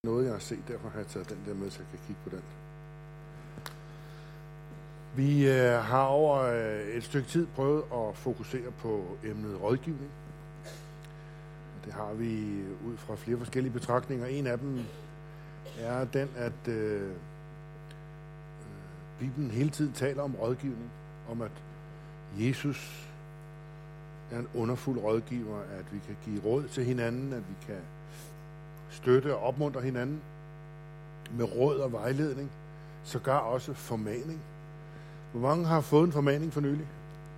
noget, jeg har set, derfor har jeg taget den der med, så jeg kan kigge på den. Vi har over et stykke tid prøvet at fokusere på emnet rådgivning. Det har vi ud fra flere forskellige betragtninger. En af dem er den, at Bibelen hele tiden taler om rådgivning, om at Jesus er en underfuld rådgiver, at vi kan give råd til hinanden, at vi kan støtte og opmuntre hinanden med råd og vejledning, sågar også formaning. Hvor mange har fået en formaning for nylig?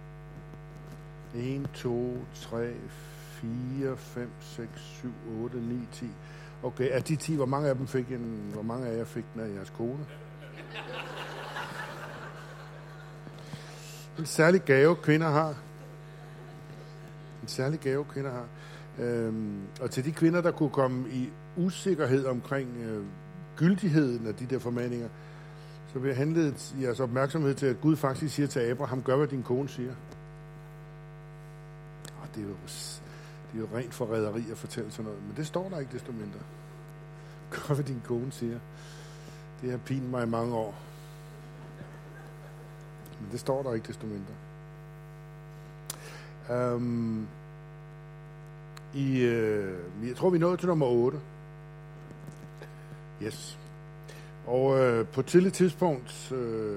1, 2, 3, 4, 5, 6, 7, 8, 9, 10. Okay, af de 10, hvor mange af jer fik den af jeres kone? En særlig gave, kvinder har. Og til de kvinder, der kunne komme i usikkerhed omkring gyldigheden af de der formaninger, så vil jeg henlede jeres opmærksomhed til, at Gud faktisk siger til Abraham, gør hvad din kone siger. Det er jo rent forræderi at fortælle sådan noget, men det står der ikke desto mindre. Gør hvad din kone siger. Det har pinet mig i mange år. Men det står der ikke desto mindre. Jeg tror, vi er nået til nummer 8. Yes. Og på et tidligt tidspunkt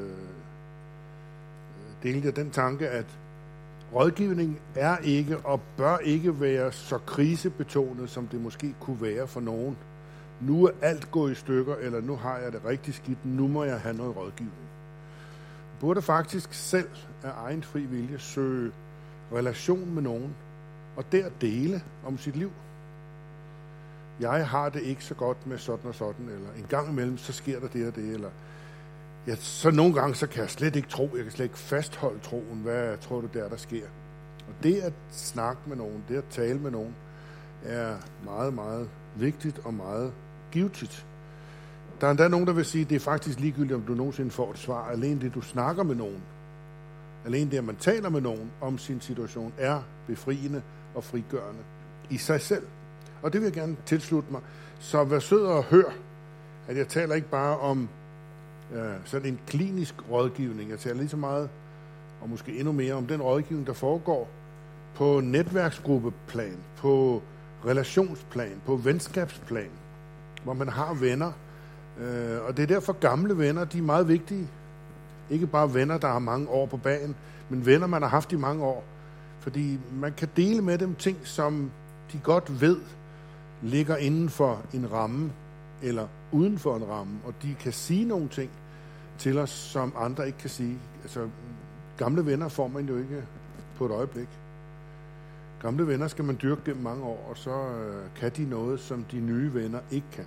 delte jeg den tanke, at rådgivning er ikke og bør ikke være så krisebetonet, som det måske kunne være for nogen. Nu er alt gået i stykker, eller nu har jeg det rigtig skidt, nu må jeg have noget rådgivning. Jeg burde faktisk selv af egen fri vilje søge relation med nogen, og der dele om sit liv. Jeg har det ikke så godt med sådan og sådan, eller en gang imellem, så sker der det og det, eller så nogle gange, så kan jeg slet ikke tro, jeg kan slet ikke fastholde troen, hvad tror du der sker. Og det at snakke med nogen, det at tale med nogen, er meget, meget vigtigt og meget givtigt. Der er endda nogen, der vil sige, at det er faktisk ligegyldigt, om du nogensinde får et svar. Alene det, du snakker med nogen, alene det, at man taler med nogen om sin situation, er befriende og frigørende i sig selv. Og det vil jeg gerne tilslutte mig. Så vær sød og hør, at jeg taler ikke bare om sådan en klinisk rådgivning. Jeg taler lige så meget, og måske endnu mere, om den rådgivning, der foregår på netværksgruppeplan, på relationsplan, på venskabsplan, hvor man har venner. Og det er derfor gamle venner, de er meget vigtige. Ikke bare venner, der har mange år på bagen, men venner, man har haft i mange år. Fordi man kan dele med dem ting, som de godt ved, ligger inden for en ramme, eller uden for en ramme, og de kan sige nogle ting til os, som andre ikke kan sige. Altså, gamle venner får man jo ikke på et øjeblik. Gamle venner skal man dyrke gennem mange år, og så kan de noget, som de nye venner ikke kan.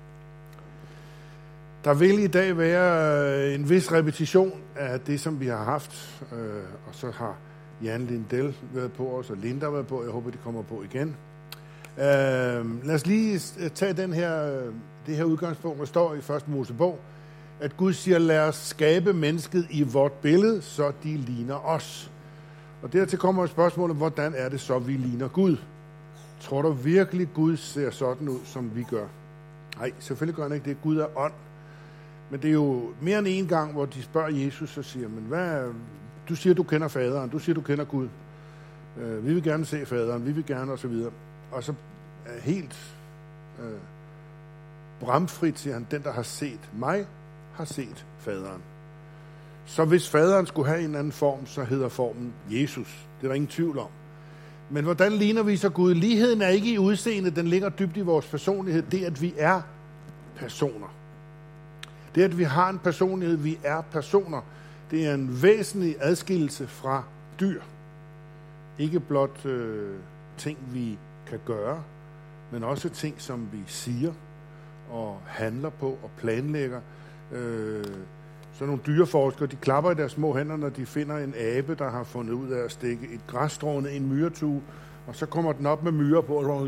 Der vil i dag være en vis repetition af det, som vi har haft, og så har Jan Lindell været på os, og Linda været på. Jeg håber, de kommer på igen. Lad os lige tage det her udgangspunkt, der står i 1. Mosebog, at Gud siger, lad os skabe mennesket i vort billede, så de ligner os. Og dertil kommer spørgsmålet, hvordan er det så, vi ligner Gud? Tror du virkelig, Gud ser sådan ud, som vi gør? Nej, selvfølgelig gør han ikke det. Gud er ånd. Men det er jo mere end en gang, hvor de spørger Jesus og siger, men du siger, du kender faderen, du siger, du kender Gud. Vi vil gerne se faderen, vi vil gerne, og så videre. Og så helt bramfrit siger han, den, der har set mig, har set faderen. Så hvis faderen skulle have en anden form, så hedder formen Jesus. Det er der ingen tvivl om. Men hvordan ligner vi så Gud? Ligheden er ikke i udseende, den ligger dybt i vores personlighed. Det, at vi er personer. Det, at vi har en personlighed, vi er personer, det er en væsentlig adskillelse fra dyr. Ikke blot ting, vi kan gøre, men også ting, som vi siger og handler på og planlægger. Så nogle dyreforskere, de klapper i deres små hænder, når de finder en abe, der har fundet ud af at stikke et græsstrå ned i en myretue, og så kommer den op med myrer på.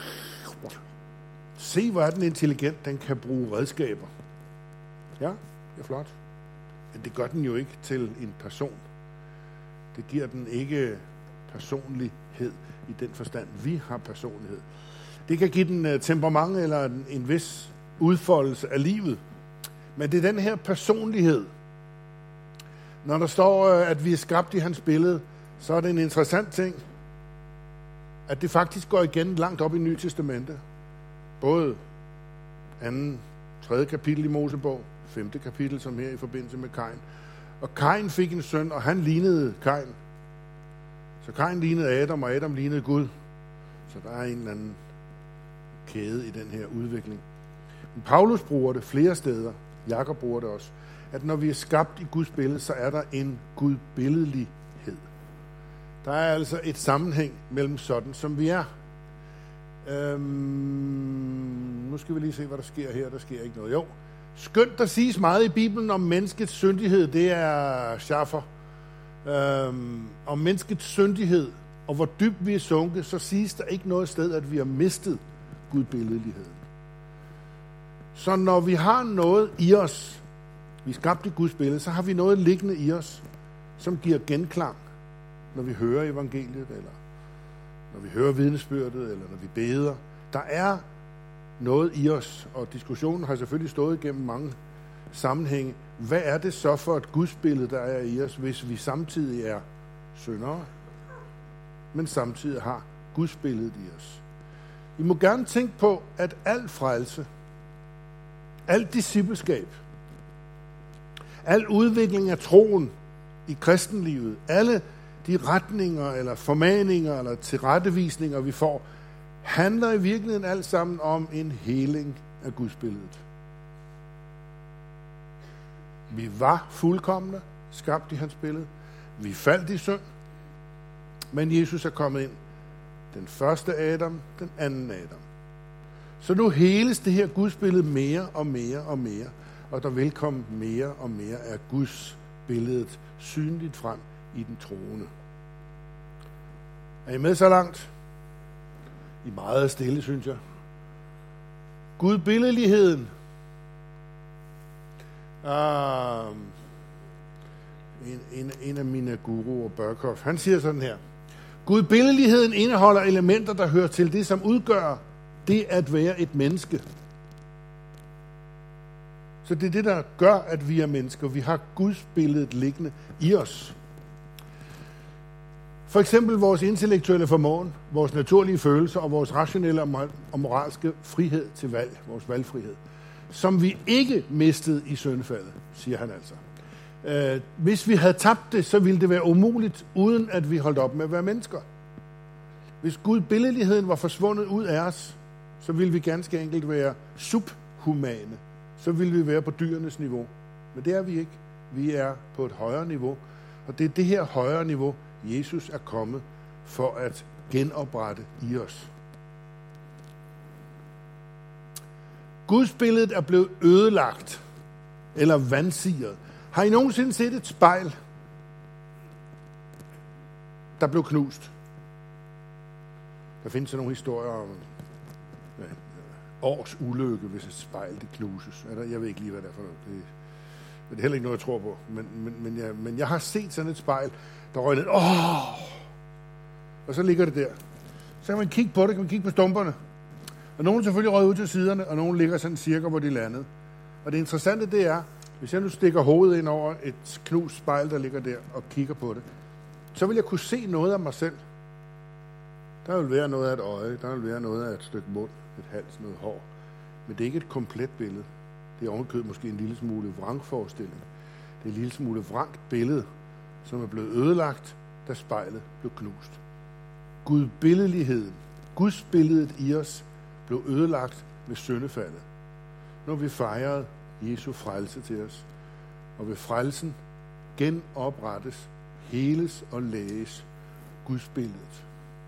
Se, hvor er den intelligent, den kan bruge redskaber. Ja, det er flot. Men det gør den jo ikke til en person. Det giver den ikke personlighed i den forstand. Vi har personlighed. Det kan give den temperament eller en vis udfoldelse af livet. Men det er den her personlighed. Når der står, at vi er skabt i hans billede, så er det en interessant ting, at det faktisk går igen langt op i Nye Testamente. Både 2. 3. kapitel i Mosebog, 5. kapitel, som her i forbindelse med Kain. Og Kain fik en søn, og han lignede Kain. Så Kain lignede Adam, og Adam lignede Gud. Så der er en eller anden kæde i den her udvikling. Men Paulus bruger det flere steder. Jakob bruger det også. At når vi er skabt i Guds billede, så er der en gudbilledlighed. Der er altså et sammenhæng mellem sådan, som vi er. Nu skal vi lige se, hvad der sker her. Der sker ikke noget. Jo. Skønt, der siges meget i Bibelen om menneskets syndighed. Det er Schaffer. Om menneskets syndighed, og hvor dybt vi er sunket, så siges der ikke noget sted, at vi har mistet gudbilledligheden. Så når vi har noget i os, vi er skabt i Guds billede, så har vi noget liggende i os, som giver genklang, når vi hører evangeliet, eller når vi hører vidnesbyrdet, eller når vi beder. Der er noget i os, og diskussionen har selvfølgelig stået igennem mange sammenhænge. Hvad er det så for et gudsbillede, der er i os, hvis vi samtidig er syndere, men samtidig har gudsbilledet i os? I må gerne tænke på, at al frelse, alt discipleskab, al udvikling af troen i kristenlivet, alle de retninger eller formaninger eller tilrettevisninger, vi får, handler i virkeligheden alt sammen om en heling af gudsbilledet. Vi var fuldkomne, skabt i hans billede. Vi faldt i synd, men Jesus er kommet ind. Den første Adam, den anden Adam. Så nu heles det her gudsbillede mere og mere og mere, og der vil komme mere og mere af Guds billedet synligt frem i den troende. Er I med så langt? I er meget stille, synes jeg. Gudbilledligheden. En af mine guruer, Berkhoff, han siger sådan her: Gudbilledligheden indeholder elementer, der hører til det, som udgør det at være et menneske. Så det er det, der gør, at vi er mennesker. Vi har Guds billedet liggende i os. For eksempel vores intellektuelle formåen, vores naturlige følelser og vores rationelle og moralske frihed til valg, vores valgfrihed, som vi ikke mistede i syndefaldet, siger han altså. Hvis vi havde tabt det, så ville det være umuligt, uden at vi holdt op med at være mennesker. Hvis gudbilledligheden var forsvundet ud af os, så ville vi ganske enkelt være subhumane. Så ville vi være på dyrenes niveau. Men det er vi ikke. Vi er på et højere niveau. Og det er det her højere niveau, Jesus er kommet for at genoprette i os. Gudsbilledet er blevet ødelagt eller vandsiret. Har I nogensinde set et spejl, der blev knust? Der findes sådan nogle historier om års ulykke, hvis et spejl det knuses. Jeg ved ikke lige, hvad det er for noget. Det er heller ikke noget, jeg tror på. Men jeg har set sådan et spejl, der røg ned. Og så ligger det der. Så kan man kigge på det, kan man kigge på stumperne. Og nogle selvfølgelig røg ud til siderne, og nogle ligger sådan cirka, hvor de landede. Og det interessante, det er, hvis jeg nu stikker hovedet ind over et knust spejl, der ligger der, og kigger på det, så vil jeg kunne se noget af mig selv. Der vil være noget af et øje, der vil være noget af et stykke mund, et hals, noget hår. Men det er ikke et komplet billede. Det er ovenkøbet måske en lille smule vrangforestilling. Det er en lille smule vrangt billede, som er blevet ødelagt, da spejlet blev knust. Gudbilledligheden, Guds billedet i os, blev ødelagt ved syndefaldet. Når vi fejrede Jesu frelse til os, og ved frelsen genoprettes, heles og læges Guds billedet.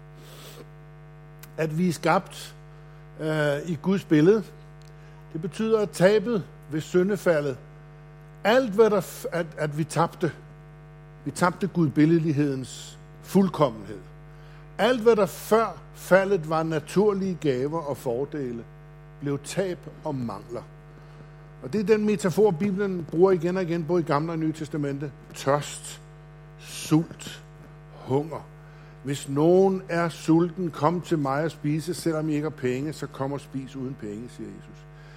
At vi er skabt i Guds billede, det betyder, at tabet ved syndefaldet, alt hvad der, at vi tabte gudbillelighedens fuldkommenhed. Alt hvad der før faldet var naturlige gaver og fordele, blev tab og mangler. Og det er den metafor, Bibelen bruger igen og igen, både i Gamle og Nye Testamente. Tørst, sult, hunger. Hvis nogen er sulten, kom til mig og spise, selvom I ikke har penge, så kom og spis uden penge, siger Jesus.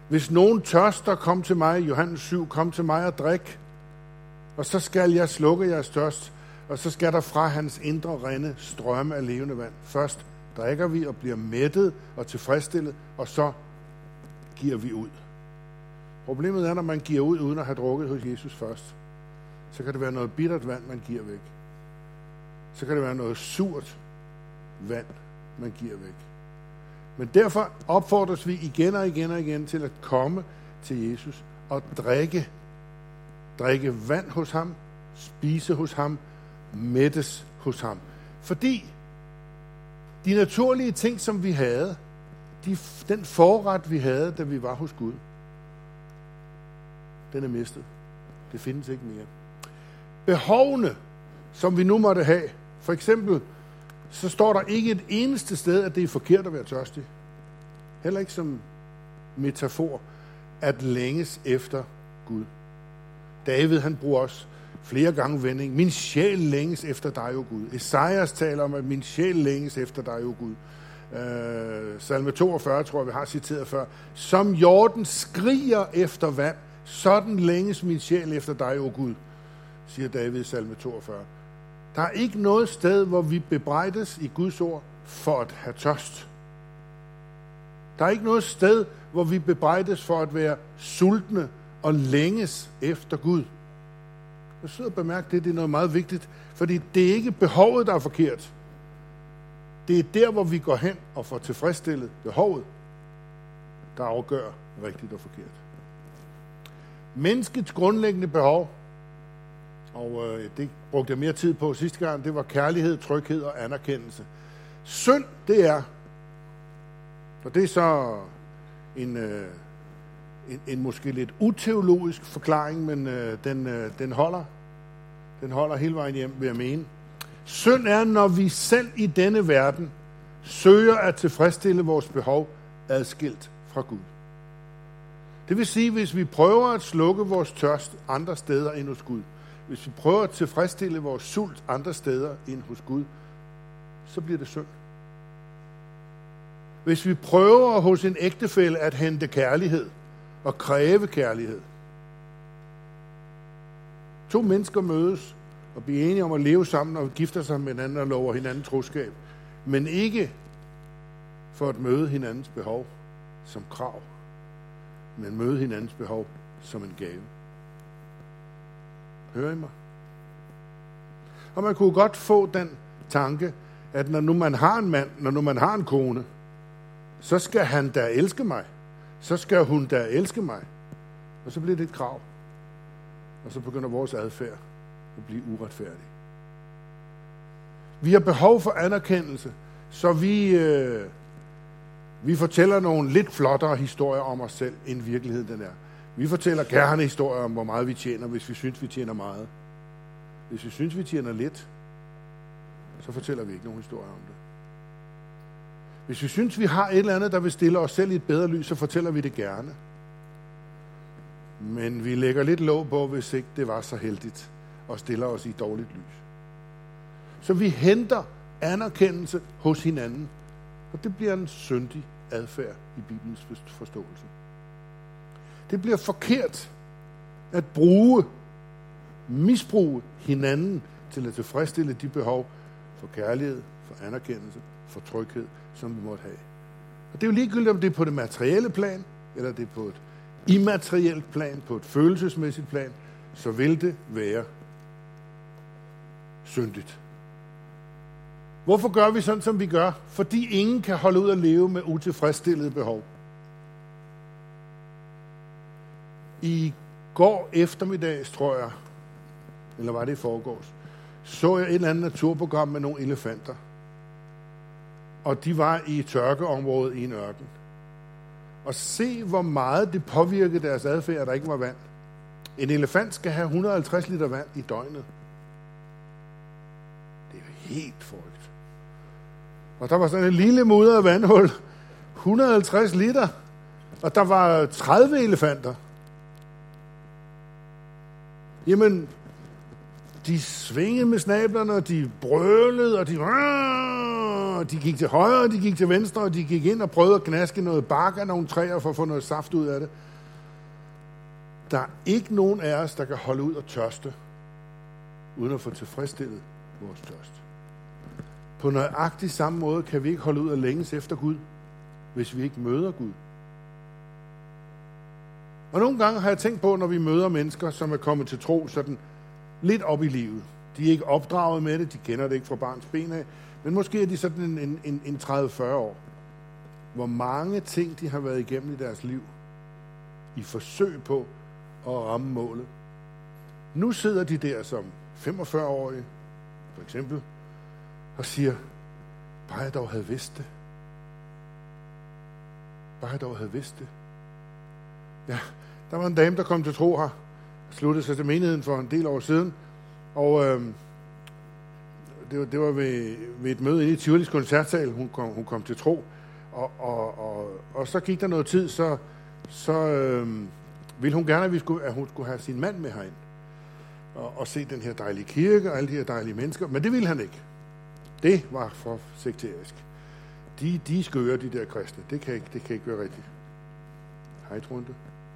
Hvis nogen tørster, kom til mig, Johannes 7, kom til mig og drik, og så skal jeg slukke jeres tørst, og så skal der fra hans indre rinde strømme af levende vand. Først drikker vi og bliver mættet og tilfredsstillet, og så giver vi ud. Problemet er, når man giver ud uden at have drukket hos Jesus først, så kan det være noget bittert vand, man giver væk. Så kan det være noget surt vand, man giver væk. Men derfor opfordres vi igen og igen og igen til at komme til Jesus og drikke vand hos ham, spise hos ham, mættes hos ham. Fordi de naturlige ting, som vi havde, den forret, vi havde, da vi var hos Gud, den er mistet. Det findes ikke mere. Behovene, som vi nu måtte have, for eksempel, så står der ikke et eneste sted, at det er forkert at være tørstig. Heller ikke som metafor, at længes efter Gud. David, han bruger også flere gange vending. Min sjæl længes efter dig, o Gud. Esajas taler om, at min sjæl længes efter dig, o Gud. Salme 42, tror jeg, vi har citeret før. Som jorden skriger efter vand, sådan længes min sjæl efter dig, o Gud, siger David i salme 42. Der er ikke noget sted, hvor vi bebrejdes i Guds ord for at have tørst. Der er ikke noget sted, hvor vi bebrejdes for at være sultne og længes efter Gud. Jeg sidder og bemærker det er noget meget vigtigt, fordi det er ikke behovet, der er forkert. Det er der, hvor vi går hen og får tilfredsstillet behovet, der afgør rigtigt og forkert. Menneskets grundlæggende behov, og det brugte jeg mere tid på sidste gang, det var kærlighed, tryghed og anerkendelse. Synd, det er, og det er så en måske lidt uteologisk forklaring, men den holder hele vejen hjem, vil jeg mene. Synd er, når vi selv i denne verden søger at tilfredsstille vores behov adskilt fra Gud. Det vil sige, hvis vi prøver at slukke vores tørst andre steder end hos Gud, hvis vi prøver at tilfredsstille vores sult andre steder end hos Gud, så bliver det synd. Hvis vi prøver hos en ægtefælle at hente kærlighed og kræve kærlighed. 2 mennesker mødes og bliver enige om at leve sammen og gifter sig med hinanden og lover hinanden troskab, men ikke for at møde hinandens behov som krav, men møde hinandens behov som en gave. Hører I mig? Og man kunne godt få den tanke, at når nu man har en mand, når nu man har en kone, så skal han da elske mig. Så skal hun da elske mig. Og så bliver det et krav. Og så begynder vores adfærd at blive uretfærdig. Vi har behov for anerkendelse, så vi fortæller nogle lidt flottere historier om os selv, end virkeligheden den er. Vi fortæller gerne historier om, hvor meget vi tjener, hvis vi synes, vi tjener meget. Hvis vi synes, vi tjener lidt, så fortæller vi ikke nogen historier om det. Hvis vi synes, vi har et eller andet, der vil stille os selv i et bedre lys, så fortæller vi det gerne. Men vi lægger lidt låg på, hvis ikke det var så heldigt, og stiller os i et dårligt lys. Så vi henter anerkendelse hos hinanden, og det bliver en syndig adfærd i Bibelens forståelse. Det bliver forkert at misbruge hinanden til at tilfredsstille de behov for kærlighed, for anerkendelse, for tryghed, som vi måtte have. Og det er jo ligegyldigt, om det er på det materielle plan, eller det er på et immaterielt plan, på et følelsesmæssigt plan, så vil det være syndigt. Hvorfor gør vi sådan, som vi gør? Fordi ingen kan holde ud at leve med utilfredsstillede behov. I går eftermiddags, tror jeg, eller var det i forgårs, så jeg et eller andet naturprogram med nogle elefanter. Og de var i et tørkeområde i en ørken. Og se, hvor meget det påvirkede deres adfærd, at der ikke var vand. En elefant skal have 150 liter vand i døgnet. Det er helt forrygt. Og der var sådan en lille mudret vandhul. 150 liter. Og der var 30 elefanter. Jamen, de svingede med snablerne, og de brølede, og og de gik til højre, og de gik til venstre, og de gik ind og prøvede at knaske noget bark af nogle træer for at få noget saft ud af det. Der er ikke nogen af os, der kan holde ud og tørste, uden at få tilfredsstillet vores tørst. På nøjagtig samme måde kan vi ikke holde ud og længes efter Gud, hvis vi ikke møder Gud. Og nogle gange har jeg tænkt på, når vi møder mennesker, som er kommet til tro sådan lidt op i livet. De er ikke opdraget med det, de kender det ikke fra barns ben af, men måske er de sådan en 30-40 år. Hvor mange ting de har været igennem i deres liv, i forsøg på at ramme målet. Nu sidder de der som 45-årige, for eksempel, og siger, bare jeg dog havde vidst det. Bare jeg dog havde vidst det. Ja, der var en dame, der kom til tro her, og sluttede sig til menigheden for en del år siden, og det var ved et møde inde i Tivolis koncertsal, hun kom til tro, og så gik der noget tid, så ville hun gerne, at hun skulle have sin mand med herind, og se den her dejlige kirke, og alle de her dejlige mennesker, men det ville han ikke. Det var for sekterisk. De er skøre, de der kristne. Det kan ikke være rigtigt. Hej, Trunte.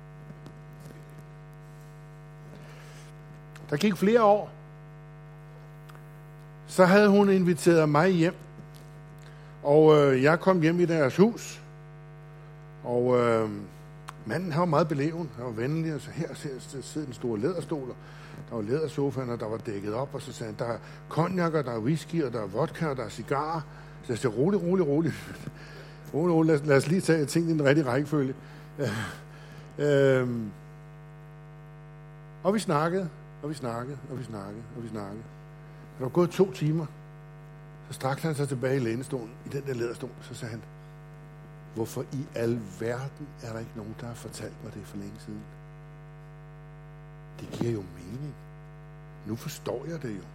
Der gik flere år. Så havde hun inviteret mig hjem. Og jeg kom hjem i deres hus. Og manden, han var meget beleven. Han var venlig. Og så her sidder den store læderstol. Der var lædersofaen, og der var dækket op. Og så sagde han, der er cognac, der er whisky, og der er vodka, og der er cigarer. Så jeg sagde, rolig. Lad os lige tage tingene i den rigtige rækkefølge. Og vi snakkede. Det var gået 2 timer. Så strakte han sig tilbage i lænestolen, i den der læderstol. Så sagde han, hvorfor i al verden er der ikke nogen, der har fortalt mig det for længe siden? Det giver jo mening. Nu forstår jeg det jo.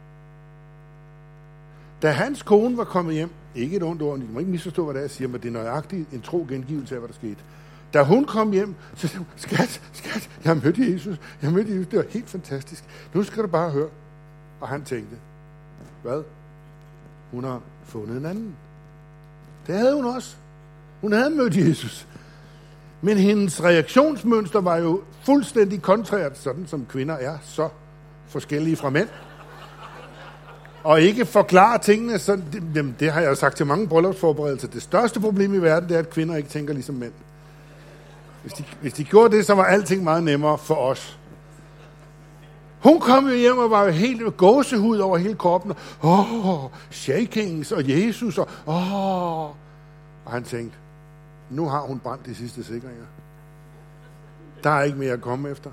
Da hans kone var kommet hjem, ikke et ondt ord, I må ikke misforstå, hvad det er, jeg siger, men det er nøjagtigt en tro gengivelse af, hvad der skete. Da hun kom hjem, så sagde hun, skat, jeg mødte Jesus, det var helt fantastisk. Nu skal du bare høre. Og han tænkte, hvad? Hun har fundet en anden. Det havde hun også. Hun havde mødt Jesus. Men hendes reaktionsmønster var jo fuldstændig kontrært, sådan som kvinder er så forskellige fra mænd. Og ikke forklare tingene sådan, det har jeg jo sagt til mange bryllupsforberedelser. Det største problem i verden, det er, at kvinder ikke tænker ligesom mænd. Hvis de gjorde det, så var alting meget nemmere for os. Hun kom jo hjem og var jo helt gåsehud over hele kroppen. Shakings og Jesus og han tænkte, nu har hun brændt de sidste sikringer. Der er ikke mere at komme efter.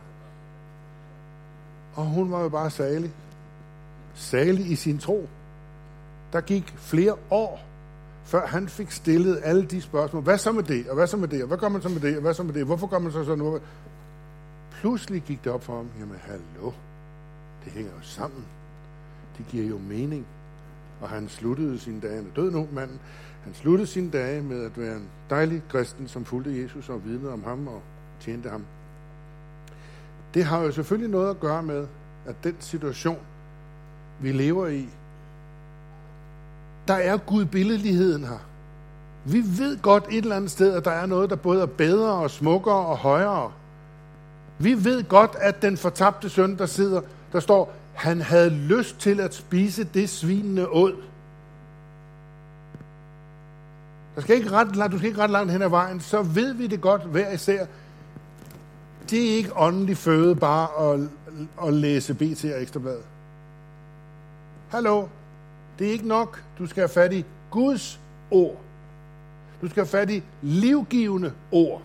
Og hun var jo bare salig. Salig i sin tro. Der gik flere år, før han fik stillet alle de spørgsmål. Hvad så med det, og hvad så med det, og hvad gør man så med det, og hvad så med det, hvorfor gør man så sådan noget? Pludselig gik det op for ham, jamen hallo, det hænger jo sammen. Det giver jo mening. Og han sluttede sine dage, han er død nu, manden, han sluttede sine dage med at være en dejlig kristen, som fulgte Jesus og vidnede om ham og tjente ham. Det har jo selvfølgelig noget at gøre med, at den situation, vi lever i, der er gudbilledligheden her. Vi ved godt et eller andet sted, at der er noget, der både er bedre og smukkere og højere. Vi ved godt, at den fortabte søn, der står, han havde lyst til at spise det svinene åd. Du skal ikke ret langt hen ad vejen, så ved vi det godt hver især. Det er ikke åndelig føde bare at læse BT og Ekstrabladet. Hallo, det er ikke nok. Du skal have fat i Guds ord. Du skal have fat i livgivende ord.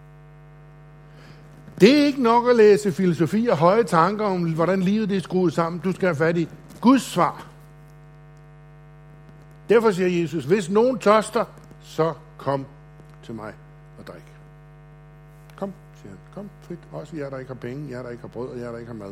Det er ikke nok at læse filosofi og høje tanker om, hvordan livet det er skruet sammen. Du skal have fat i Guds svar. Derfor siger Jesus, hvis nogen tørster, så kom til mig og drik. Kom, siger han. Kom frit. Også jer, der ikke har penge, jer, der ikke har brød, og jer, der ikke har mad.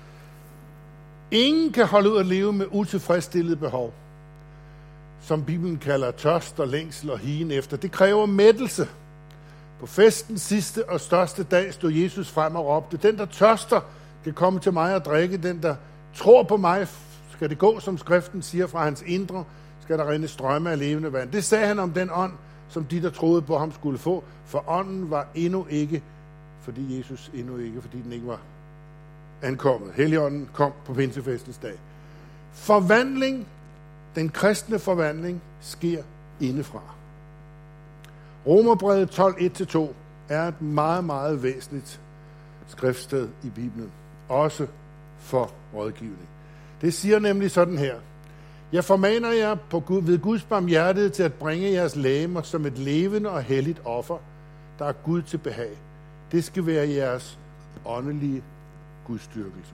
Ingen kan holde ud at leve med utilfredsstillede behov, som Bibelen kalder tørst og længsel og higen efter. Det kræver mættelse. På festens sidste og største dag stod Jesus frem og råbte, den der tørster kan komme til mig og drikke, den der tror på mig skal det gå, som skriften siger, fra hans indre skal der rinde strømme af levende vand. Det sagde han om den ånd, som de, der troede på ham, skulle få. For ånden var endnu ikke, fordi den ikke var ankommet. Helligånden kom på pinsefestens dag. Forvandling, den kristne forvandling, sker indefra. Romerbrevet 12, 1-2 er et meget, meget væsentligt skriftsted i Bibelen. Også for rådgivning. Det siger nemlig sådan her. Jeg formaner jer ved Guds barmhjertighed til at bringe jeres legemer som et levende og helligt offer, der er Gud til behag. Det skal være jeres åndelige gudstyrkelse.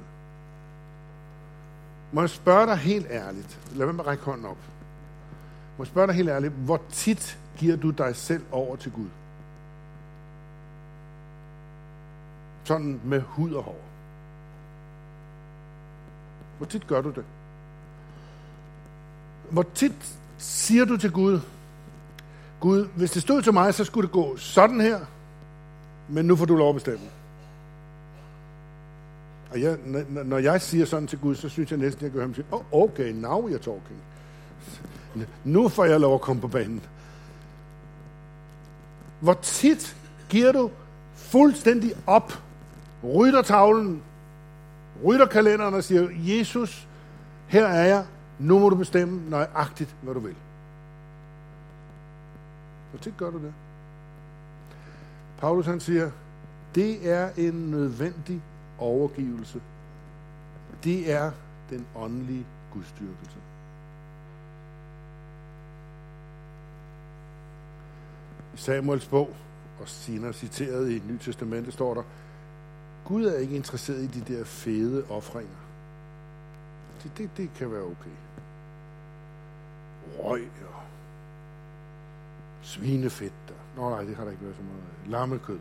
Må jeg spørge dig helt ærligt, lad mig række hånden op. Må jeg spørge dig helt ærligt, hvor tit giver du dig selv over til Gud? Sådan med hud og hår. Hvor tit gør du det? Hvor tit siger du til Gud, Gud, hvis det stod til mig, så skulle det gå sådan her, men nu får du lov at bestemme. Og når jeg siger sådan til Gud, så synes jeg næsten, at jeg kan høre ham sige, okay, now you're talking. Nu får jeg lov at komme på banen. Hvor tit giver du fuldstændig op, ryttertavlen, rytterkalenderen og siger, Jesus, her er jeg, nu må du bestemme nøjagtigt, hvad du vil. Hvor tit gør du det? Paulus han siger, det er en nødvendig overgivelse. Det er den åndelige gudstyrkelse. I Samuels bog, og senere citeret i Nye Testamente, står der, Gud er ikke interesseret i de der fede ofringer. Det kan være okay. Røg og svinefedt. Nej, det har der ikke været så meget. Lammekød.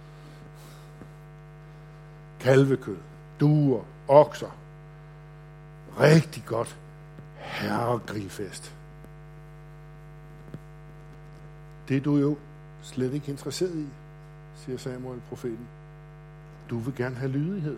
Kalvekød. Duer. Okser. Rigtig godt. Herregrillfest. Det er du jo slet ikke interesseret i, siger Samuel, profeten. Du vil gerne have lydighed.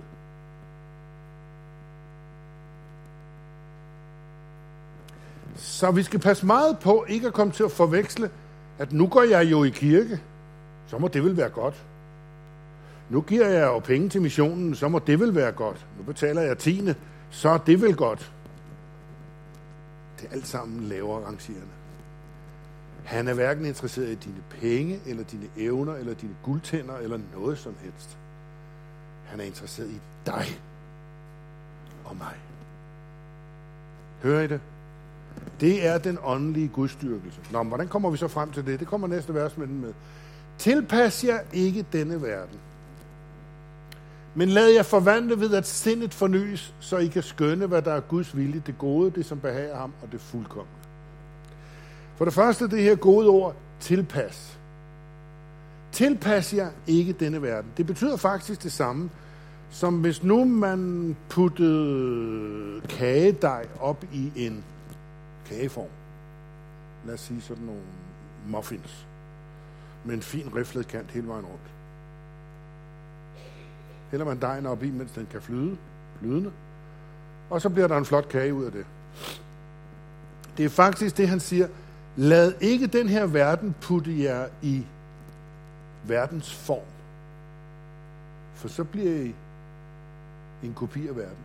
Så vi skal passe meget på ikke at komme til at forveksle, at nu går jeg jo i kirke, så må det vel være godt. Nu giver jeg jo penge til missionen, så må det vel være godt. Nu betaler jeg 10, så er det vel godt. Det er alt sammen lavere rangerende. Han er hverken interesseret i dine penge, eller dine evner, eller dine guldtænder, eller noget som helst. Han er interesseret i dig og mig. Hører I det? Det er den åndelige gudstyrkelse. Nå, men hvordan kommer vi så frem til det? Det kommer næste vers med. Tilpas jer ikke denne verden, men lad jer forvandle ved, at sindet fornyes, så I kan skønne, hvad der er Guds vilje, det gode, det som behager ham, og det fuldkomne. For det første, det her gode ord, tilpas. Tilpas jer ikke denne verden. Det betyder faktisk det samme, som hvis nu man puttede kagedej op i en kageform. Lad os sige sådan nogle muffins med en fin riflet kant hele vejen rundt. Hælder man dejen op i, mens den kan flydende, og så bliver der en flot kage ud af det. Det er faktisk det, han siger. Lad ikke den her verden putte jer i verdens form, for så bliver I en kopi af verden.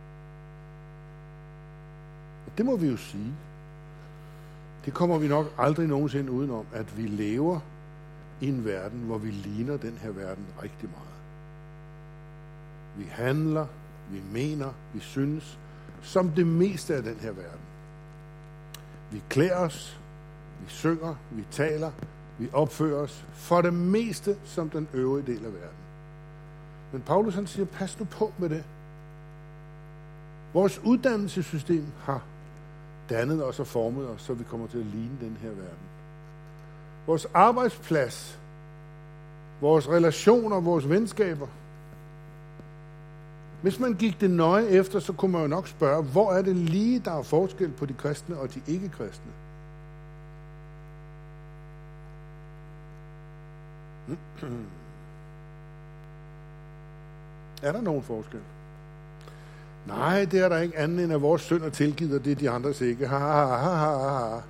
Og det må vi jo sige. Det kommer vi nok aldrig nogensinde udenom, at vi lever i en verden, hvor vi ligner den her verden rigtig meget. Vi handler, vi mener, vi synes, som det meste af den her verden. Vi klæder os, vi synger, vi taler, vi opfører os for det meste som den øvrige del af verden. Men Paulus han siger, pas nu på med det. Vores uddannelsessystem har dannet os og formet os, så vi kommer til at ligne den her verden. Vores arbejdsplads, vores relationer, vores venskaber. Hvis man gik det nøje efter, så kunne man jo nok spørge, hvor er det lige, der er forskel på de kristne og de ikke-kristne? Er der nogen forskel? Nej, det er der ikke andet end, at vores synd er tilgivet, og det er de andres ikke. Ha, ha, ha, ha, ha.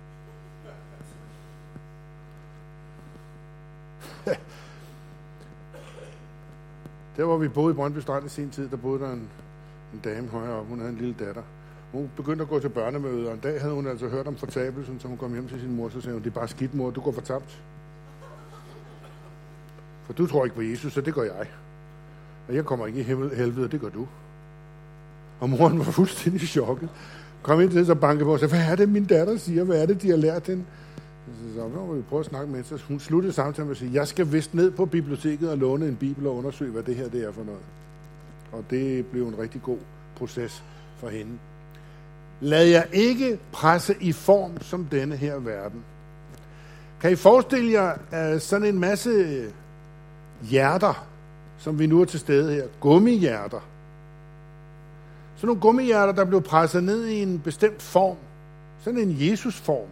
Der hvor vi boede i Brøndby Strand i sin tid, der boede der en dame højere op. Hun havde en lille datter. Hun begyndte at gå til børnemøder, og en dag havde hun altså hørt om fortabelsen, så hun kom hjem til sin mor, så sagde hun, det er bare skidt, mor, du går fortabt. For du tror ikke på Jesus, så det gør jeg. Og jeg kommer ikke i helvede, det gør du. Og moren var fuldstændig chokket. Kom ind til så banke på og sagde, hvad er det, min datter siger? Hvad er det, de har lært hende? Så må vi prøve at snakke med hende. Så hun sluttede samtalen med at sige, jeg skal vist ned på biblioteket og låne en bibel og undersøge, hvad det her det er for noget. Og det blev en rigtig god proces for hende. Lad jer ikke presse i form som denne her verden. Kan I forestille jer sådan en masse hjerter, som vi nu er til stede her? Gummihjerter. Sådan nogle gummihjerter, der blev presset ned i en bestemt form. Sådan en Jesus-form.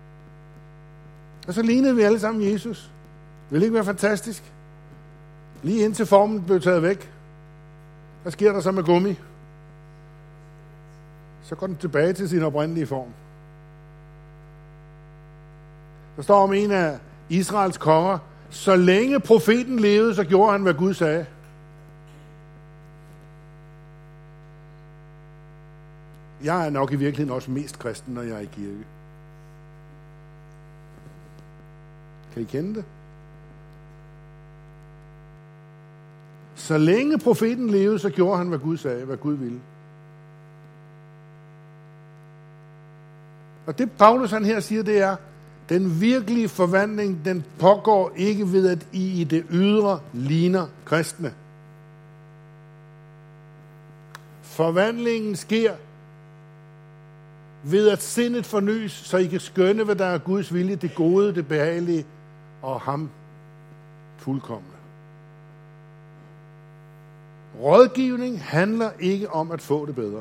Og så lignede vi alle sammen Jesus. Vil det ikke være fantastisk? Lige indtil formen blev taget væk. Hvad sker der så med gummi? Så går den tilbage til sin oprindelige form. Der står om en af Israels konger, så længe profeten levede, så gjorde han, hvad Gud sagde. Jeg er nok i virkeligheden også mest kristen, når jeg er i kirke. Kan I kende det? Så længe profeten levede, så gjorde han, hvad Gud sagde, hvad Gud ville. Og det Paulus han her siger, det er, den virkelige forvandling, den pågår ikke ved, at I i det ydre ligner kristne. Forvandlingen sker ved, at sindet fornyes, så I kan skønne, hvad der er Guds vilje, det gode, det behagelige, og ham fuldkomne. Rådgivning handler ikke om at få det bedre.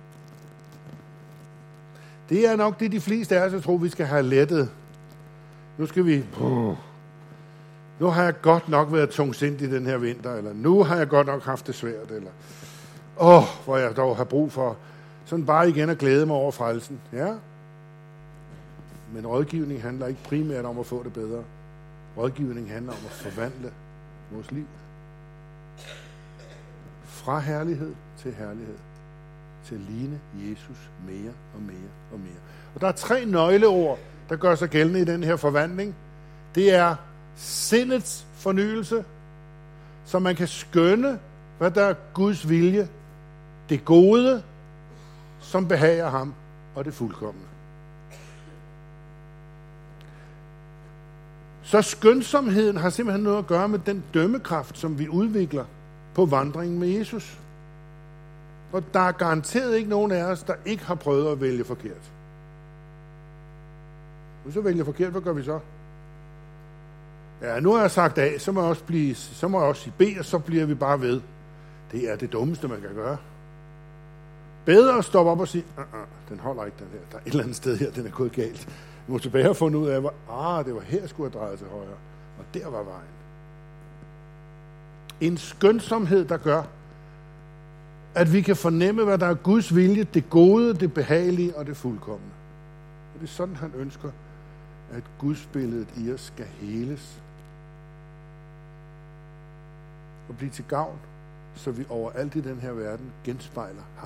Det er nok det, de fleste af os, jeg tror, vi skal have lettet. Nu skal vi... Nu har jeg godt nok været tungsindig den her vinter, eller nu har jeg godt nok haft det svært, eller... hvor jeg dog har brug for sådan bare igen at glæde mig over frelsen. Ja. Men rådgivning handler ikke primært om at få det bedre. Rådgivning handler om at forvandle vores liv. Fra herlighed til herlighed. Til at ligne Jesus mere og mere og mere. Og der er 3 nøgleord, der gør sig gældende i den her forvandling. Det er sindets fornyelse, så man kan skønne, hvad der er Guds vilje, det gode, som behager ham, og det fuldkomne. Så skønsomheden har simpelthen noget at gøre med den dømmekraft, som vi udvikler på vandringen med Jesus. Og der er garanteret ikke nogen af os, der ikke har prøvet at vælge forkert. Hvis jeg vælger forkert, hvad gør vi så? Ja, nu har jeg sagt A, så må jeg også sige B, og så bliver vi bare ved. Det er det dummeste, man kan gøre. Bedre at stoppe op og sige, den holder ikke, den her. Der er et eller andet sted her, den er gået galt. Vi må tilbage og finde ud af, det var her, jeg skulle have drejet til højre. Og der var vejen. En skønsomhed, der gør, at vi kan fornemme, hvad der er Guds vilje, det gode, det behagelige og det fuldkomne. Og det er sådan, han ønsker, at Guds billedet i os skal heles og blive til gavn, så vi overalt i den her verden genspejler ham.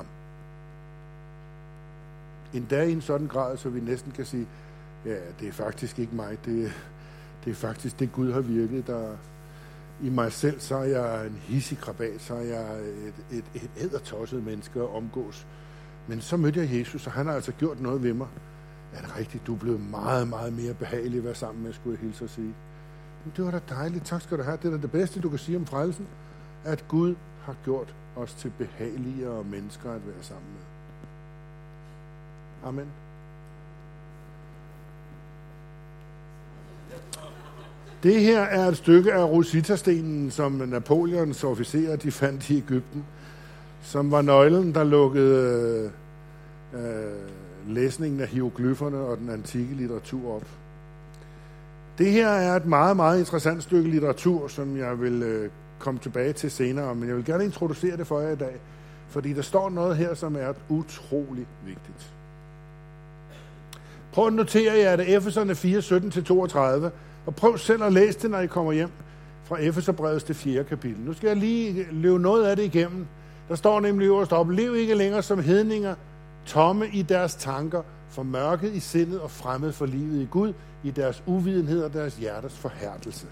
Endda i en sådan grad, så vi næsten kan sige, ja, det er faktisk ikke mig, det er faktisk det Gud har virket, der i mig selv, så er jeg en hissig krabat, så er jeg et eddertosset menneske at omgås. Men så mødte jeg Jesus, og han har altså gjort noget ved mig. Er det rigtigt? Du er blevet meget, meget mere behagelig at være sammen med, skulle jeg hilse og sige. Men det var da dejligt. Tak skal du have. Det er da det bedste, du kan sige om frelsen, at Gud har gjort os til behageligere mennesker at være sammen med. Amen. Det her er et stykke af Rosita-stenen, som Napoleons officerer de fandt i Egypten, som var nøglen, der lukkede læsningen af hieroglyfferne og den antikke litteratur op. Det her er et meget, meget interessant stykke litteratur, som jeg vil komme tilbage til senere, men jeg vil gerne introducere det for jer i dag, Fordi der står noget her, som er utrolig vigtigt. Prøv at notere jer, at Efeserne 4, 17-32, og prøv selv at læse det, når I kommer hjem fra Efeserbrevets det 4. kapitel. Nu skal jeg lige løbe noget af det igennem. Der står nemlig øverst op: lev ikke længere som hedninger, tomme i deres tanker, formørket i sindet og fremmed for livet i Gud, i deres uvidenhed og deres hjertes forhærdelse.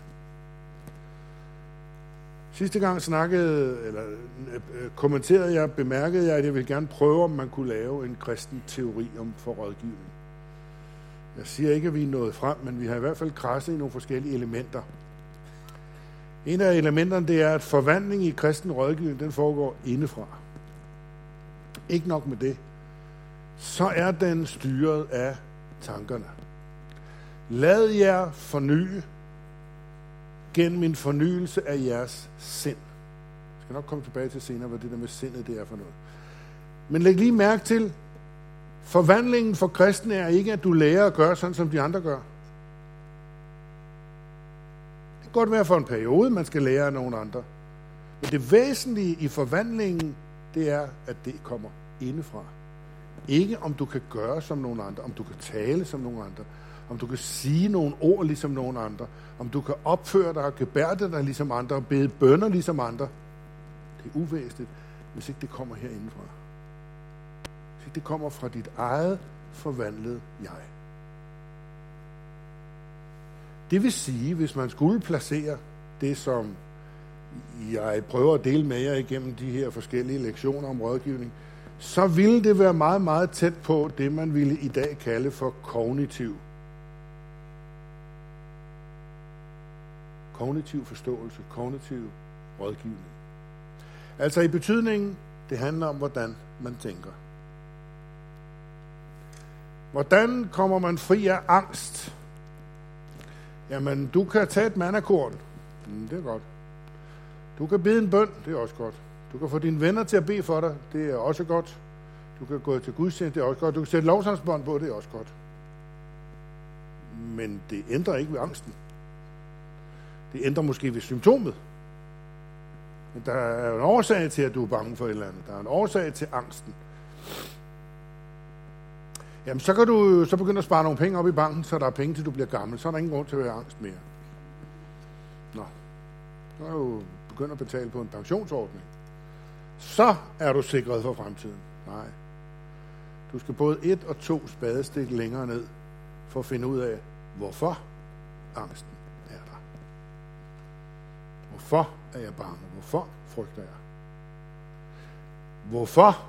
Sidste gang kommenterede jeg, bemærkede jeg, at jeg ville gerne prøve, om man kunne lave en kristen teori for rådgivning. Jeg siger ikke, at vi er nået frem, men vi har i hvert fald krasset i nogle forskellige elementer. En af elementerne, det er, at forvandling i kristen rådgivning, den foregår indefra. Ikke nok med det. Så er den styret af tankerne. Lad jer forny gennem en fornyelse af jeres sind. Jeg skal nok komme tilbage til senere, hvad det der med sindet det er for noget. Men læg lige mærke til, forvandlingen for kristne er ikke, at du lærer at gøre sådan, som de andre gør. Det kan godt være for en periode, man skal lære af nogle andre. Men det væsentlige i forvandlingen, det er, at det kommer indefra. Ikke om du kan gøre som nogle andre, om du kan tale som nogle andre, om du kan sige nogle ord ligesom nogle andre, om du kan opføre dig og gebærde dig ligesom andre, og bede bønner ligesom andre. Det er uvæsentligt, hvis ikke det kommer herindefra. Hvis ikke det kommer fra dit eget forvandlede jeg. Det vil sige, hvis man skulle placere det, som jeg prøver at dele med jer igennem de her forskellige lektioner om rådgivning, så ville det være meget, meget tæt på det, man ville i dag kalde for kognitiv forståelse, kognitiv rådgivning. Altså i betydningen, det handler om, hvordan man tænker. Hvordan kommer man fri af angst? Jamen, du kan tage et mannakorn. Det er godt. Du kan bede en bøn. Det er også godt. Du kan få dine venner til at bede for dig. Det er også godt. Du kan gå til gudstjeneste. Det er også godt. Du kan sætte lovsangsbånd på. Det er også godt. Men det ændrer ikke ved angsten. Det ændrer måske ved symptomet. Men der er jo en årsag til, at du er bange for et eller andet. Der er en årsag til angsten. Jamen, så kan du så begynde at spare nogle penge op i banken, så der er penge, til du bliver gammel. Så er der ingen grund til at være angst mere. Nå, så er du begyndt at betale på en pensionsordning. Så er du sikret for fremtiden. Nej. Du skal både 1 og 2 spadestik længere ned, for at finde ud af, hvorfor angsten er der. Hvorfor er jeg bange? Hvorfor frygter jeg? Hvorfor?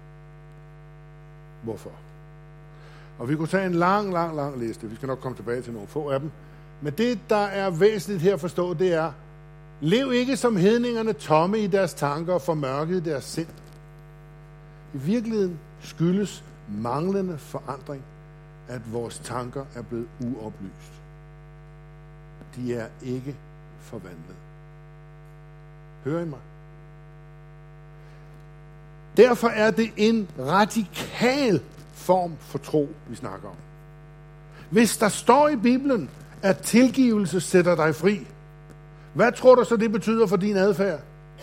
Og vi kunne tage en lang liste. Vi skal nok komme tilbage til nogle få af dem. Men det, der er væsentligt her at forstå, det er, lev ikke som hedningerne, tomme i deres tanker og formørket i deres sind. I virkeligheden skyldes manglende forandring, at vores tanker er blevet uoplyst. De er ikke forvandlet. Hører I mig? Derfor er det en radikal form for tro, vi snakker om. Hvis der står i Bibelen, at tilgivelse sætter dig fri, hvad tror du så, det betyder for din adfærd?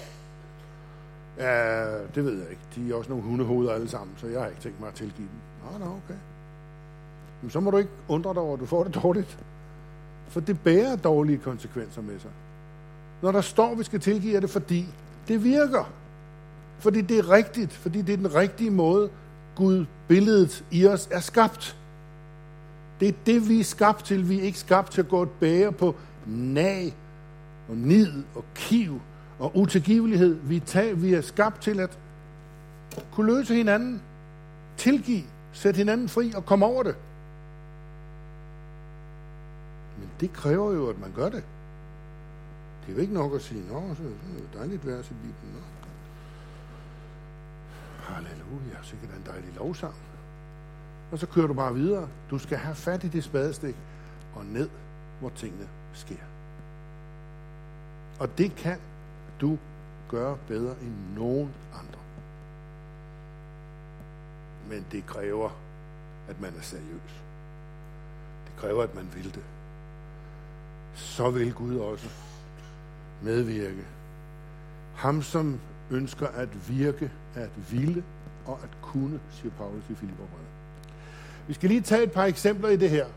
Ja, det ved jeg ikke. De er også nogle hundehoveder alle sammen, så jeg har ikke tænkt mig at tilgive dem. Nå, okay. Men så må du ikke undre dig over, at du får det dårligt. For det bærer dårlige konsekvenser med sig. Når der står, at vi skal tilgive, er det fordi det virker. Fordi det er rigtigt. Fordi det er den rigtige måde, Gud, billedet i os er skabt. Det er det, vi er skabt til. Vi er ikke skabt til at gå et bære på nag og nid og kiv og utilgivelighed. Vi er skabt til at kunne løse hinanden, tilgive, sætte hinanden fri og komme over det. Men det kræver jo, at man gør det. Det er jo ikke nok at sige, nå, så er det dejligt vers i Bibelen. Nå. Halleluja, så kan det en dejlig lovsang. Og så kører du bare videre. Du skal have fat i det spadestik og ned, hvor tingene sker. Og det kan du gøre bedre end nogen andre. Men det kræver, at man er seriøs. Det kræver, at man vil det. Så vil Gud også medvirke. Ham, som ønsker at virke, at ville og at kunne, siger Paulus i Filipperbrevet. Vi skal lige tage et par eksempler i det her.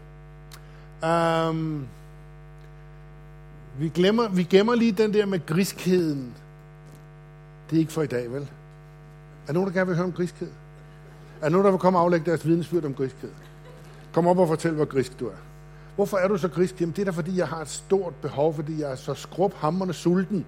Vi gemmer lige den der med griskheden. Det er ikke for i dag, vel? Er nogen, der gerne vil høre om griskhed? Er nogen, der vil komme og aflægge deres vidnesbyrd om griskhed? Kom op og fortæl, hvor grisk du er. Hvorfor er du så grisk? Jamen, det er da, fordi jeg har et stort behov, fordi jeg er så skrubhamrende sulten.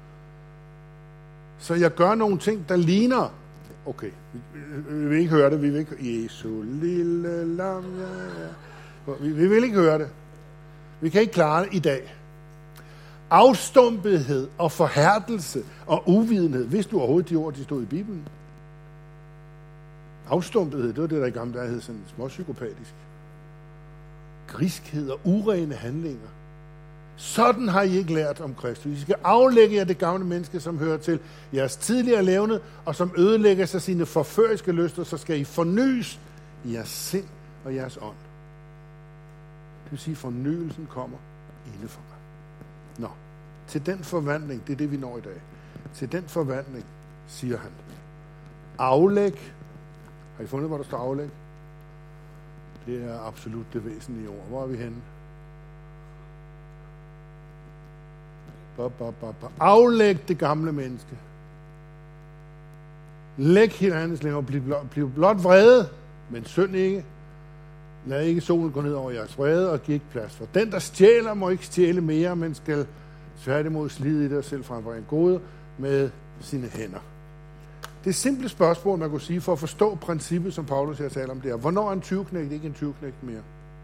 Så jeg gør nogle ting, der ligner... Okay, vi vil ikke høre det. Vi vil ikke... Jesu lille lam, ja. Vi vil ikke høre det. Vi kan ikke klare det i dag. Afstumpethed og forhærdelse og uvidenhed. Vidste du overhovedet de ord, de stod i Bibelen? Afstumpethed, det var det, der i gamle dage hed sådan småpsykopatisk. Griskhed og urene handlinger. Sådan har I ikke lært om Kristus. I skal aflægge jer det gamle menneske, som hører til jeres tidligere levned, og som ødelægger sig sine forføriske lyster, så skal I fornyes i jeres sind og jeres ånd. Det vil sige, at fornyelsen kommer indefra. Nå, til den forvandling, det er det, vi når i dag. Til den forvandling, siger han, aflæg. Har I fundet, hvor der står aflæg? Det er absolut det væsentlige ord. Hvor er vi henne? Aflæg det gamle menneske. Læg hinandens lemmer. Bliv blot vrede, men synd ikke. Lad ikke solen gå ned over jeres vrede, og giv ikke plads for. Den, der stjæler, må ikke stjæle mere, men skal tværtimod slide i det og selv frembringe gode med sine hænder. Det simple spørgsmål, man kunne sige, for at forstå princippet, som Paulus her taler om, det er, hvornår er en tyveknægt ikke en tyveknægt mere?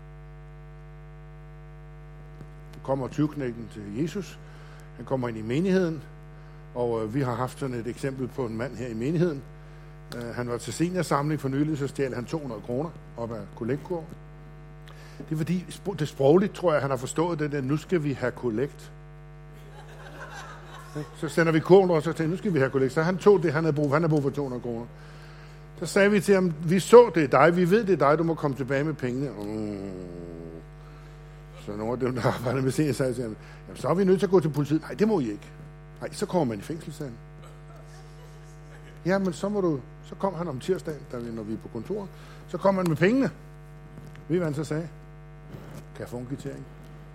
Nu kommer tyveknægten til Jesus. Han kommer ind i menigheden, og vi har haft sådan et eksempel på en mand her i menigheden. Han var til seniorsamling for nylig, så stjal han 200 kroner op af kollektkurven. Det er fordi, det sprogligt, tror jeg, han har forstået det, at nu skal vi have kollekt. Så sender vi kurven, og så tænker nu skal vi have kollekt. Så han tog det, han havde brug for 200 kroner. Så sagde vi til ham, vi så det er dig, vi ved det er dig, du må komme tilbage med pengene. Så nogle af dem, der arbejdede med senior, sagde til ham, jamen, så er vi nødt til at gå til politiet. Nej, det må I ikke. Nej, så kommer man i fængsel, sagde han. Ja, men så kom han om tirsdagen, når vi er på kontoret. Så kom han med pengene. Ved I, hvad han så sagde? Kan jeg få en kvittering?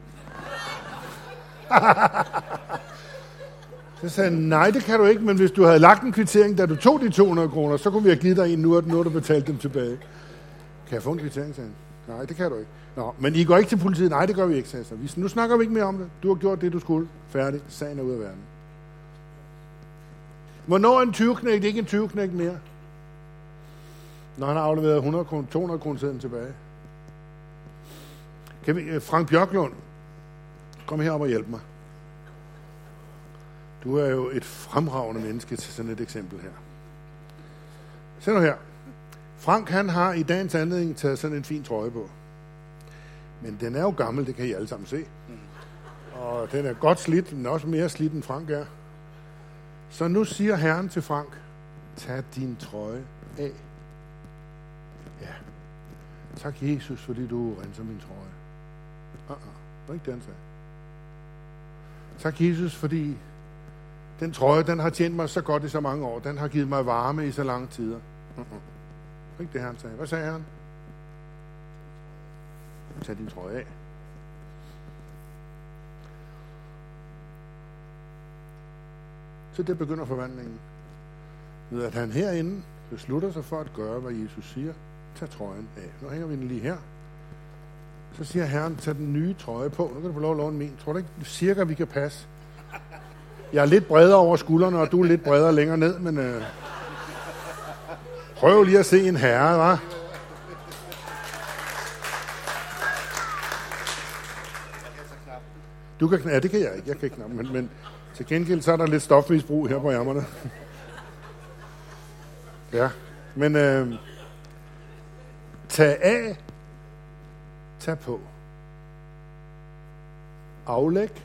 Så sagde han, nej, det kan du ikke, men hvis du havde lagt en kvittering, da du tog de 200 kroner, så kunne vi have givet dig en nu, og du betalte dem tilbage. Kan jeg få en kvittering, sagde han. Nej, det kan du ikke. Nå, men I går ikke til politiet? Nej, det gør vi ikke, sagde han. Nu snakker vi ikke mere om det. Du har gjort det, du skulle. Færdig. Sagen er ude af verden. Hvornår er en 20-knægt ikke en 20-knægt mere? Når han har afleveret 100 kroner, 200 kroner siden tilbage. Frank Bjørklund, kom herop og hjælp mig. Du er jo et fremragende menneske til sådan et eksempel her. Se nu her. Frank, han har i dagens anledning taget sådan en fin trøje på. Men den er jo gammel, det kan I alle sammen se. Og den er godt slidt, men også mere slidt end Frank er. Så nu siger Herren til Frank, tag din trøje af. Ja. Tak Jesus, fordi du renser min trøje. Det var ikke det, han sagde. Tak Jesus, fordi den trøje, den har tjent mig så godt i så mange år. Den har givet mig varme i så lange tider. Det var ikke det, han sagde. Hvad sagde han? Tag din trøje af. Så det begynder forvandlingen. Ved at han herinde beslutter sig for at gøre, hvad Jesus siger. Tag trøjen af. Nu hænger vi den lige her. Så siger Herren, tag den nye trøje på. Nu kan du få lov at låne min. Tror du ikke cirka, vi kan passe? Jeg er lidt bredere over skuldrene, og du er lidt bredere længere ned, men prøv lige at se en herre, hva'? Du kan ja, det kan jeg ikke. Jeg kan ikke knappe, men til gengæld så er der lidt stofmisbrug her på ærmerne. Ja, men tag af, tag på. Aflæg,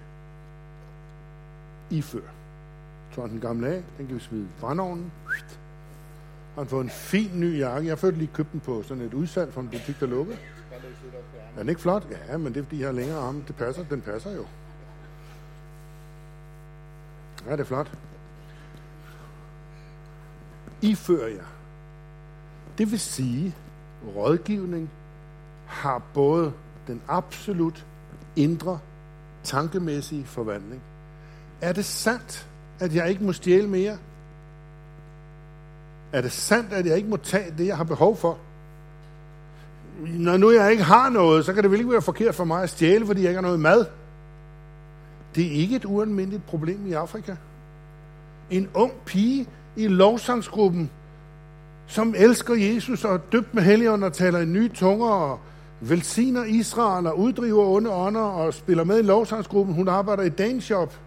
ifør. Så den gamle af, den kan vi smide i brændeovnen. Har han fået en fin ny jakke. Jeg har ført lige købt den på sådan et udsalg fra en butik, der lukkede. Er den ikke flot? Ja, men det er fordi, jeg har længere arme. Det passer, den passer jo. Ja, det er flot. ifører jer. Det vil sige, rådgivning har både den absolut indre, tankemæssige forvandling. Er det sandt, at jeg ikke må stjæle mere? Er det sandt, at jeg ikke må tage det, jeg har behov for? Når nu jeg ikke har noget, så kan det vel ikke være forkert for mig at stjæle, fordi jeg ikke har noget mad. Det er ikke et ualmindeligt problem i Afrika. En ung pige i lovsangsgruppen, som elsker Jesus og er døbt med Helligånden og taler i nye tunger og velsigner Israel og uddriver onde ånder og spiller med i lovsangsgruppen. Hun arbejder i Daneshop.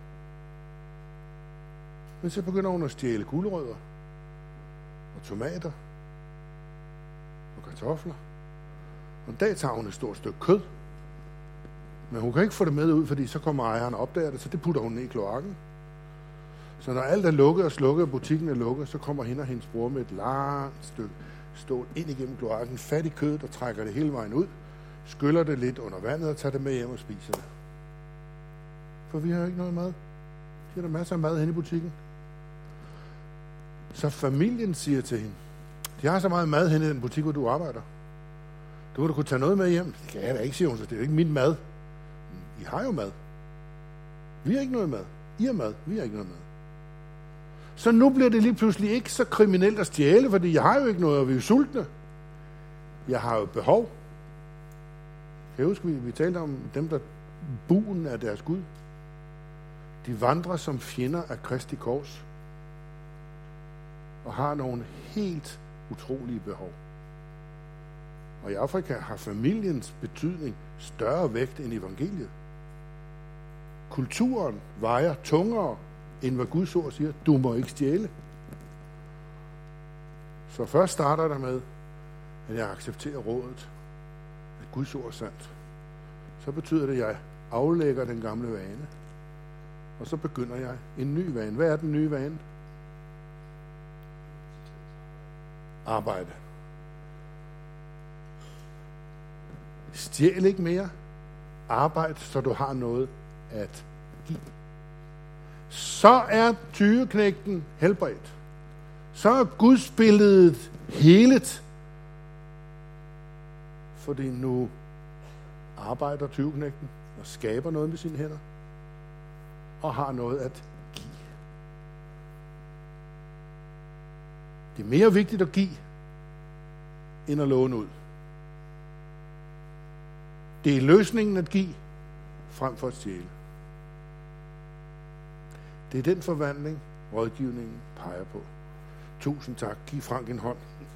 Men så begynder hun at stjæle gulerødder og tomater og kartofler. Og en dag tager hun et stort stykke kød. Men hun kan ikke få det med ud, fordi så kommer ejeren og opdager det, så det putter hun ned i kloakken. Så når alt er lukket og slukket, og butikken er lukket, så kommer hende og hendes bror med et langt stykke stål ind igennem kloakken, fat i kødet og trækker det hele vejen ud, skyller det lidt under vandet og tager det med hjem og spiser det. For vi har ikke noget mad. De har der masser af mad hen i butikken. Så familien siger til hende, de har så meget mad hen i den butik, hvor du arbejder. Du kunne tage noget med hjem. Det kan jeg da ikke, siger hun, så det er jo ikke min mad. I har jo mad. Vi har ikke noget mad. I har mad. Vi har ikke noget mad. Så nu bliver det lige pludselig ikke så kriminelt at stjæle, fordi jeg har jo ikke noget, og vi er jo sultne. Jeg har jo behov. Kan jeg huske, vi talte om dem, der buen er deres Gud. De vandrer som fjender af Kristi kors og har nogle helt utrolige behov. Og i Afrika har familiens betydning større vægt end evangeliet. Kulturen vejer tungere, end hvad Guds ord siger, du må ikke stjæle. Så først starter der med, at jeg accepterer rådet, at Guds ord er sandt. Så betyder det, at jeg aflægger den gamle vane, og så begynder jeg en ny vane. Hvad er den nye vane? Arbejde. Stjæl ikke mere. Arbejd, så du har noget at give. Så er tyveknægten helbredt. Så er Guds billedet helet. Fordi nu arbejder tyveknægten og skaber noget med sine hænder. Og har noget at give. Det er mere vigtigt at give, end at låne ud. Det er løsningen at give, frem for at stjæle. Det er den forvandling, rådgivningen peger på. Tusind tak. Giv Frank en hånd.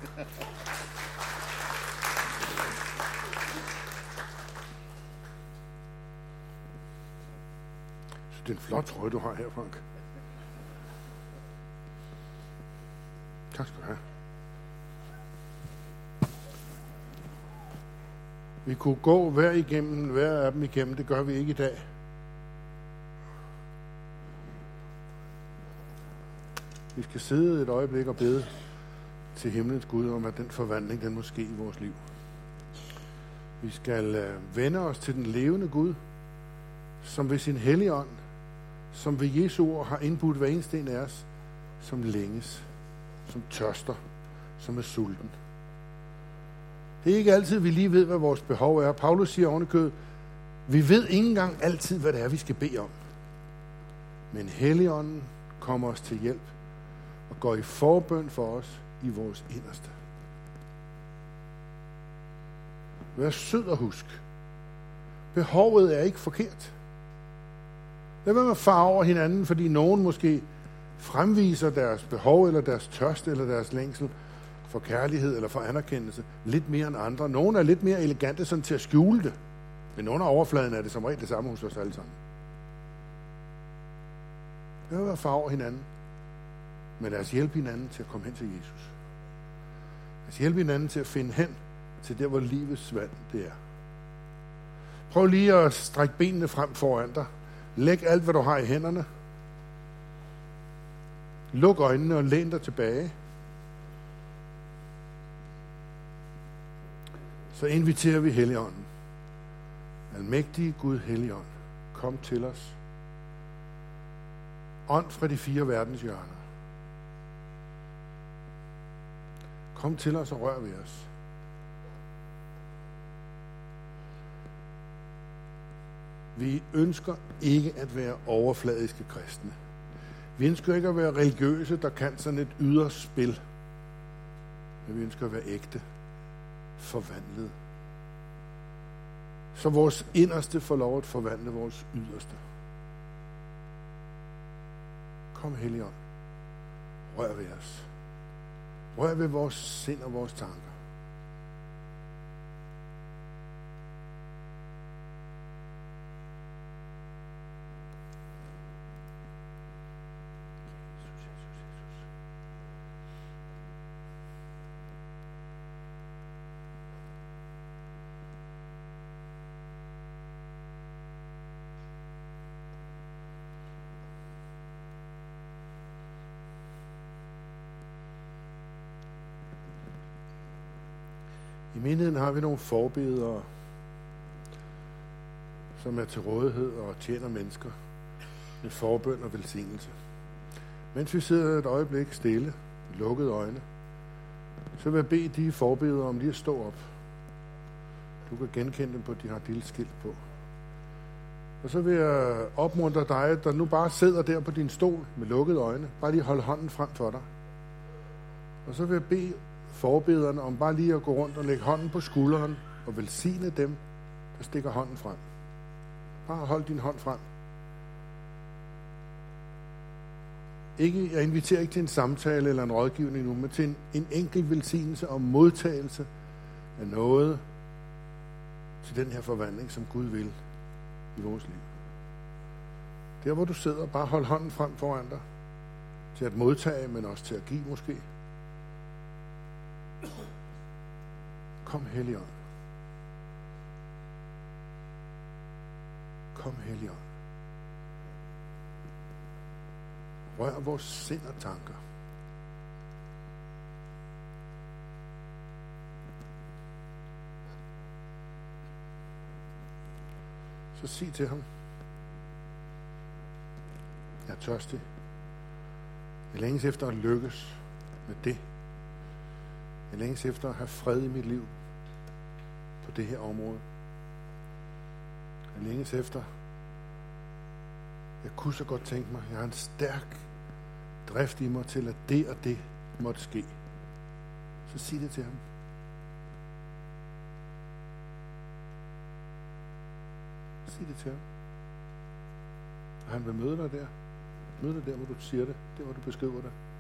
Så det er en flot trøje, du har her, Frank. Tak skal du have. Vi kunne gå hver af dem igennem. Det gør vi ikke i dag. Vi skal sidde et øjeblik og bede til himlens Gud om, at den forvandling, den må ske i vores liv. Vi skal vende os til den levende Gud, som ved sin hellige ånd, som ved Jesu ord har indbudt hver eneste en af os, som længes, som tørster, som er sulten. Det er ikke altid, vi lige ved, hvad vores behov er. Paulus siger ovenikøbet, vi ved ikke engang altid, hvad det er, vi skal bede om. Men Helligånden kommer os til hjælp og går i forbøn for os i vores inderste. Vær sød og husk. Behovet er ikke forkert. Lad være med at fare over hinanden, fordi nogen måske fremviser deres behov, eller deres tørst, eller deres længsel for kærlighed, eller for anerkendelse, lidt mere end andre. Nogle er lidt mere elegante sådan til at skjule det, men under overfladen er det som regel det samme hos os alle sammen. Lad være med at fare over hinanden, men lad os hjælpe hinanden til at komme hen til Jesus. Lad os hjælpe hinanden til at finde hen til der, hvor livets vand det er. Prøv lige at strække benene frem foran dig. Læg alt, hvad du har i hænderne. Luk øjnene og læn dig tilbage. Så inviterer vi Helligånden. Almægtige Gud, Helligånd, kom til os. Ånd fra de 4 verdens hjørner. Kom til os og rør ved os. Vi ønsker ikke at være overfladiske kristne. Vi ønsker ikke at være religiøse, der kan sådan et ydre spil. Men vi ønsker at være ægte, forvandlet. Så vores inderste får lov at forvandle vores yderste. Kom, Helligånd. Rør ved os. Rør ved vores sind og vores tanker. I menigheden har vi nogle forbedere, som er til rådighed og tjener mennesker med forbøn og velsignelse. Mens vi sidder et øjeblik stille, med lukkede øjne, så vil jeg bede de forbedere om lige at stå op. Du kan genkende dem på, at de har et lille skilt på. Og så vil jeg opmuntre dig, der nu bare sidder der på din stol med lukkede øjne. Bare lige holde hånden frem for dig. Og så vil jeg bede forbederne om bare lige at gå rundt og lægge hånden på skulderen og velsigne dem, der stikker hånden frem. Bare hold din hånd frem. Jeg inviterer ikke til en samtale eller en rådgivning nu, men til en enkelt velsignelse og modtagelse af noget til den her forvandling, som Gud vil i vores liv. Der hvor du sidder, bare hold hånden frem foran dig til at modtage, men også til at give måske. Kom, Helligånd. Kom, Helligånd. Rør vores sind og tanker. Så sig til ham: jeg er tørstig. Jeg længes efter at lykkes med det. Jeg længes efter at have fred i mit liv på det her område. Jeg længes efter. Jeg kunne så godt tænke mig, jeg har en stærk drift i mig til, at det og det måtte ske. Så sig det til ham. Sig det til ham. Og han vil møde dig der. Møde dig der, hvor du siger det. Der, hvor du beskriver det.